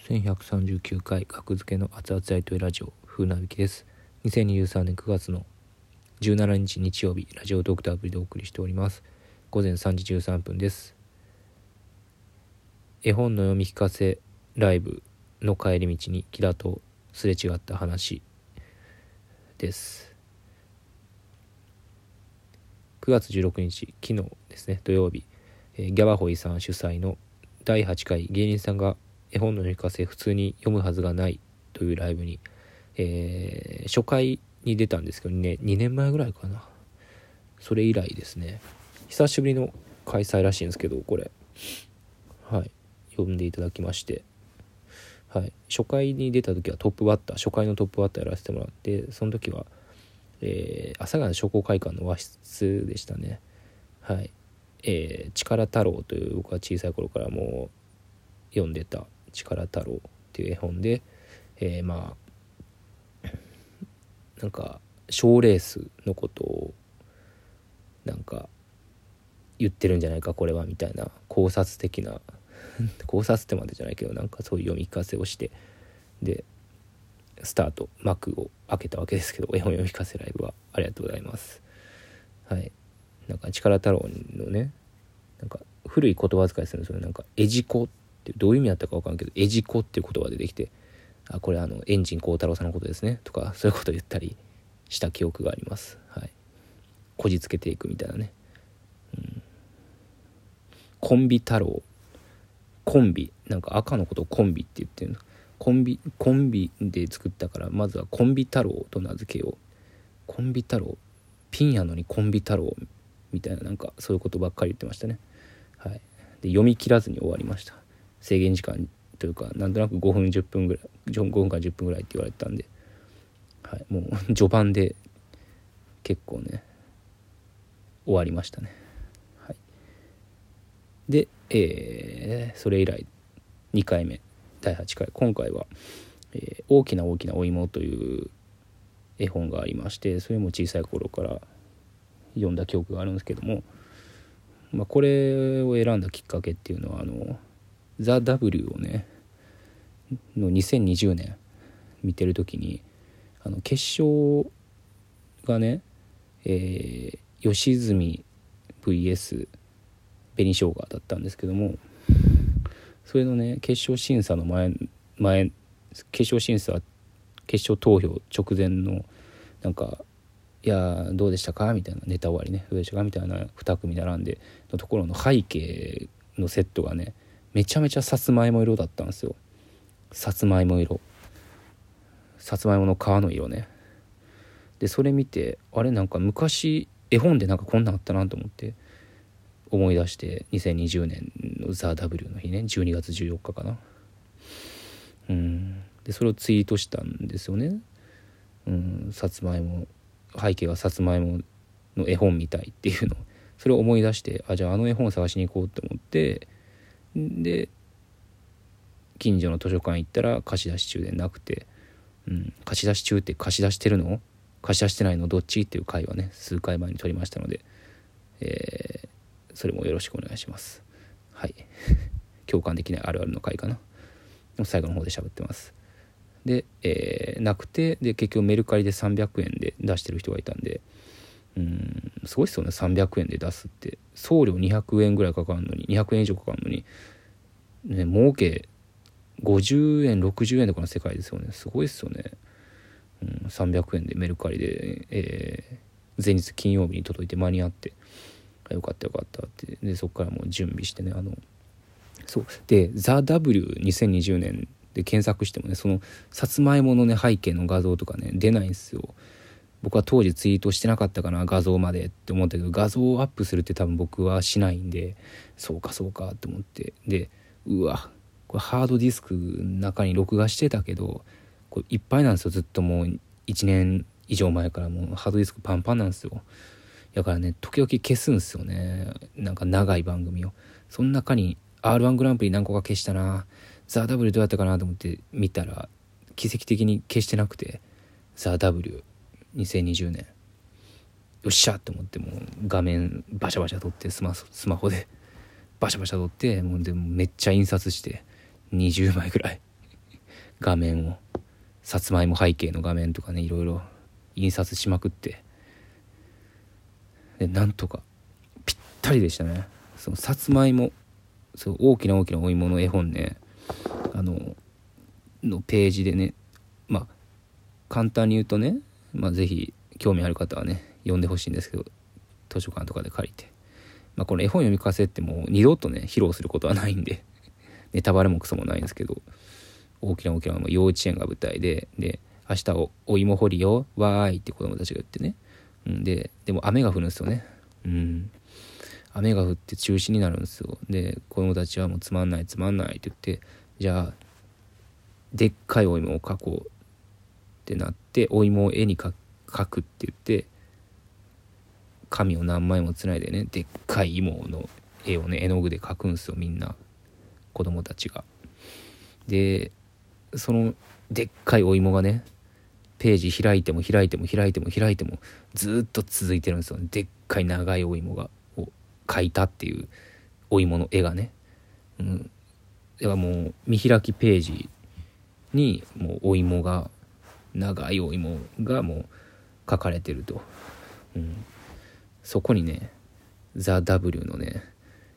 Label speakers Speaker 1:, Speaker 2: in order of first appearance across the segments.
Speaker 1: 1139回格付けの熱々大統領ラジオ風なびきです。2023年9月の17日日曜日、ラジオドクターアプリでお送りしております。午前3時13分です。絵本の読み聞かせライブの帰り道に木田とすれ違った話です。9月16日昨日ですね、土曜日、ギャバホイさん主催の第8回芸人さんが絵本の読み聞かせ普通に読むはずがないというライブに、初回に出たんですけどね、2年前ぐらいかな。それ以来ですね、久しぶりの開催らしいんですけど、これ読んでいただきまして、初回に出た時は初回のトップバッターやらせてもらって、その時は、阿佐ヶ谷商工会館の和室でしたね。力太郎という僕は小さい頃からもう読んでた力太郎っていう絵本で、なんか賞レースのことをなんか言ってるんじゃないかこれはみたいな考察的な考察ってまでじゃないけど、なんかそういう読み聞かせをして、でスタート幕を開けたわけですけど、絵本読み聞かせライブはありがとうございます。なんか力太郎のね、なんか古い言葉遣いするんですよね。なんかエジコってどういう意味だったか分からんけど、エジコっていう言葉でできて、これエンジン幸太郎さんのことですねとか、そういうことを言ったりした記憶があります。こじつけていくみたいなね。コンビ太郎、コンビ、なんか赤のことをコンビって言ってるの。コンビで作ったから、まずはコンビ太郎と名付けよう。コンビ太郎、ピンやのにコンビ太郎みたいな、なんかそういうことばっかり言ってましたね。で読み切らずに終わりました。制限時間というか、なんとなく5分から10分ぐらいって言われてたんで、もう序盤で結構ね終わりましたね。で、それ以来2回目第8回、今回は、大きなお芋という絵本がありまして、それも小さい頃から読んだ記憶があるんですけども、これを選んだきっかけっていうのはザ・ W をねの2020年見てる時に、決勝がね、吉住 VS 紅生姜だったんですけども、それのね決勝審査の前決勝投票直前のなんか、いやどうでしたかみたいな、ネタ終わりね、どうでしたかみたいな2組並んでのところの背景のセットがね、めちゃめちゃさつまいも色だったんですよ。さつまいもの皮の色ね。でそれ見て、あれなんか昔絵本でなんかこんなんあったなと思って思い出して、2020年のザ・ W の日ね、12月14日かな。でそれをツイートしたんですよね。さつまいも、背景がさつまいもの絵本みたいっていうの、それを思い出して、じゃあ絵本を探しに行こうと思って、で近所の図書館行ったら貸し出し中でなくて、貸し出し中って貸し出してるの貸し出してないのどっちっていう回はね数回前に撮りましたので、それもよろしくお願いします。共感できないあるあるの回かな、最後の方で喋ってます。で、なくて、で結局メルカリで300円で出してる人がいたんで、すごいっすよね、300円で出すって。送料200円ぐらいかかるのに、200円以上かかるのにね、儲け50円60円とかの世界ですよね。すごいっすよね。300円でメルカリで、前日金曜日に届いて間に合って、よかったって。でそこからもう準備してね、そうでザ・ W2020 年で検索してもね、そのさつまいものね背景の画像とかね出ないんですよ。僕は当時ツイートしてなかったかな、画像までって思ったけど、画像をアップするって多分僕はしないんで、そうかって思って、でこれハードディスクの中に録画してたけど、これいっぱいなんですよ。ずっともう1年以上前からもうハードディスクパンパンなんですよ。だからね時々消すんですよね、なんか長い番組を。その中に R1 グランプリ何個か消したな、ザ・ W どうやったかなと思って見たら奇跡的に消してなくて、ザ・ W2020 年よっしゃって思って、もう画面バシャバシャ撮ってスマホでバシャバシャ撮って、もうでもめっちゃ印刷して20枚ぐらい画面を、さつまいも背景の画面とかね、いろいろ印刷しまくって、でなんとかぴったりでしたね。そのさつまいも、そう大きな大きなお芋の絵本ね、のページでね、まあ簡単に言うとね、ぜひ興味ある方はね読んでほしいんですけど、図書館とかで借りて、この絵本読み聞かせってもう二度とね披露することはないんでネタバレもクソもないんですけど、大きな大きな幼稚園が舞台で、明日お芋掘りよわーいって子供たちが言ってね、でも雨が降るんですよね。雨が降って中止になるんですよ。で子供たちはもうつまんないって言って、じゃあでっかいお芋を描こうってなって、お芋を絵に描くって言って紙を何枚もつないでね、でっかい芋の絵をね絵の具で描くんですよ、みんな子供たちが。でそのでっかいお芋がねページ開いてもずっと続いてるんですよ。でっかい長いお芋を描いたっていうお芋の絵がね、だからもう見開きページにもうお芋が、長いお芋がもう描かれてると、そこにねザ・ W のね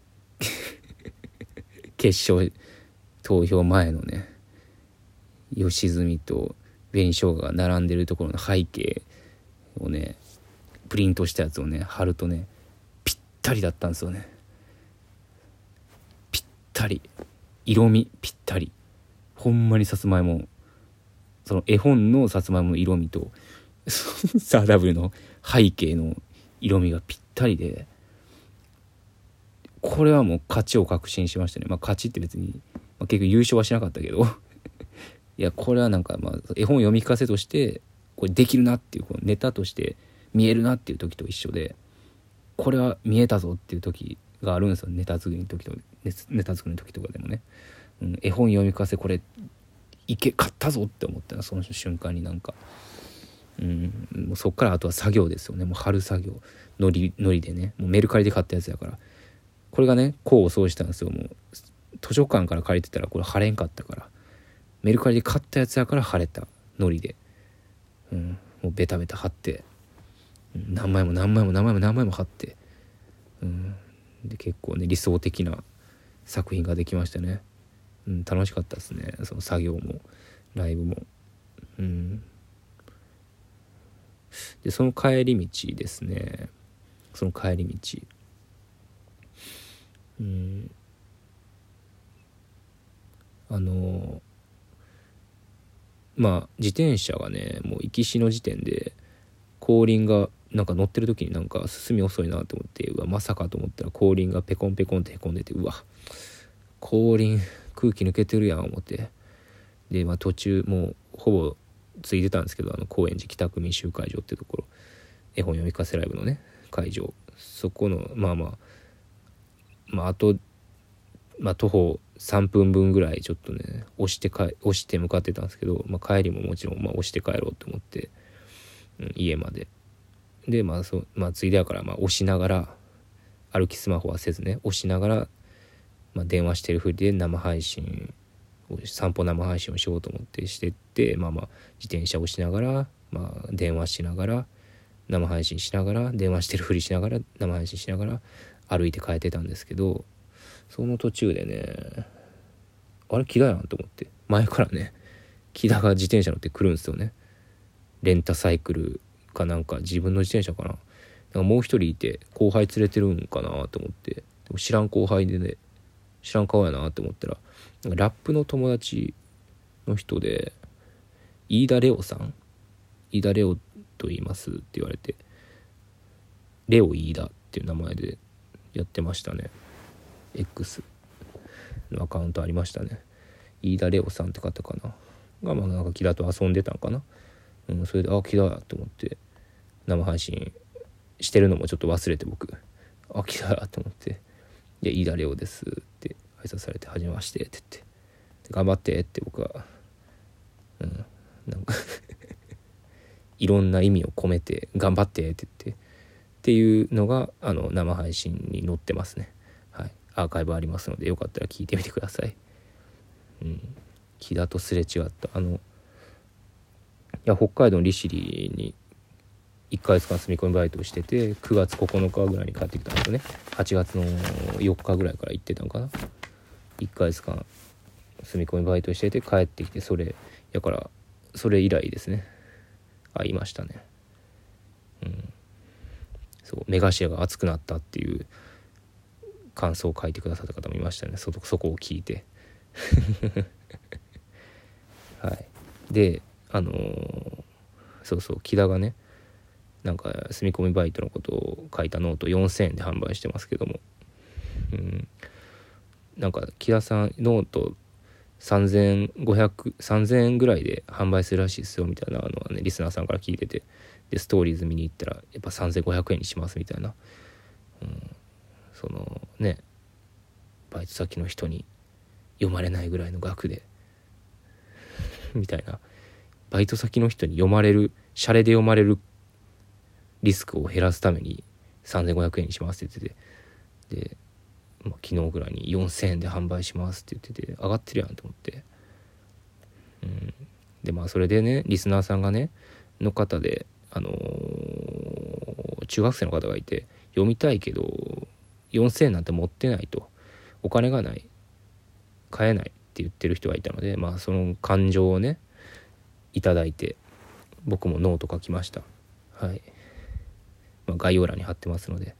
Speaker 1: 決勝投票前のね吉住と紅生姜が並んでるところの背景をねプリントしたやつをね貼るとねぴったりだったんですよね。ぴったり、色味ぴったり、ほんまにさつまいも、その絵本のさつまいもの色味とザ・ W の背景の色味がぴったりで、これはもう勝ちを確信しましたね。勝ちって別に、結局優勝はしなかったけどいやこれはなんか絵本読み聞かせとしてこれできるなっていう、このネタとして見えるなっていう時と一緒で、これは見えたぞっていう時があるんですよ。ネタ作りの時とかでもね、絵本読み聞かせこれ勝ったぞって思ったらその瞬間になんか、もうそっからあとは作業ですよね。もう貼る作業、のりでね、もうメルカリで買ったやつやから、これがね功を奏したんですよ。もう図書館から借りてたらこれ貼れんかったから、メルカリで買ったやつやから貼れたのりで、もうベタベタ貼って、何枚も貼って、で結構ね理想的な作品ができましたね。楽しかったですね、その作業もライブも。でその帰り道ですね、自転車がねもう行きしの時点で後輪がなんか乗ってる時になんか進み遅いなと思って、まさかと思ったら後輪がペコンペコンってへこんでて、後輪空気抜けてるやん思って、で途中もうほぼついてたんですけど、高円寺北区民集会場っていうところ、絵本読み聞かせライブのね会場、そこのあと徒歩3分分ぐらいちょっとね押して向かってたんですけど、帰りももちろん押して帰ろうと思って、家まででついでやから押しながら、歩きスマホはせずね押しながら、電話してるふりで散歩生配信をしようと思ってしてって、自転車をしながら、電話しながら生配信しながら、電話してるふりしながら生配信しながら歩いて帰ってたんですけど、その途中でね、あれ木田やんと思って、前からね木田が自転車乗ってくるんですよね。レンタサイクルかなんか自分の自転車かな、なんかもう一人いて後輩連れてるんかなと思って、でも知らん後輩でね、知らん顔やなと思ったら、なんかラップの友達の人で飯田レオと言いますって言われて、レオ飯田っていう名前でやってましたね。 X のアカウントありましたね。飯田レオさんって方かながなんかキラと遊んでたんかな、それでキラやと思って生配信してるのもちょっと忘れて、僕キラやと思って、で飯田レオですって挨拶されて、はじめましてって言って、頑張ってって僕はなんかいろんな意味を込めて頑張ってって言ってっていうのが生配信に載ってますね。はい、アーカイブありますのでよかったら聞いてみてください。 木田とすれ違った。いや北海道の利尻に1ヶ月間住み込みバイトをしてて、9月9日ぐらいに帰ってきたんですよね。8月の4日ぐらいから行ってたのかな。1ヶ月間住み込みバイトしてて帰ってきて、それ以来ですね、会いましたね。そう目頭が熱くなったっていう感想を書いてくださった方もいましたね。そこを聞いてはいでそう木田がね、なんか住み込みバイトのことを書いたノート4000円で販売してますけども、なんか木田さんノート3000円ぐらいで販売するらしいですよみたいなのはね、リスナーさんから聞いてて、でストーリーズ見に行ったらやっぱ3500円にしますみたいな、そのねバイト先の人に読まれないぐらいの額でみたいな、バイト先の人に読まれる、シャレで読まれるリスクを減らすために3500円にしますって言ってて、で、昨日ぐらいに4000円で販売しますって言ってて、上がってるやんと思って、でそれでね、リスナーさんがねの方で中学生の方がいて、読みたいけど4000円なんて持ってないと、お金がない、買えないって言ってる人がいたので、その感情をねいただいて、僕もノート書きました。はい、概要欄に貼ってますので、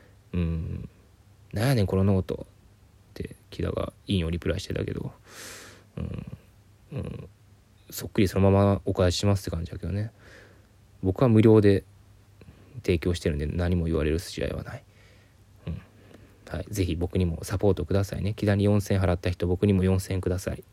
Speaker 1: なんやねんこのノートって木田が引用リプライしてたけど、そっくりそのままお返ししますって感じだけどね。僕は無料で提供してるんで何も言われる筋合いはない。はい、ぜひ僕にもサポートくださいね。木田に4000円払った人、僕にも4000円ください。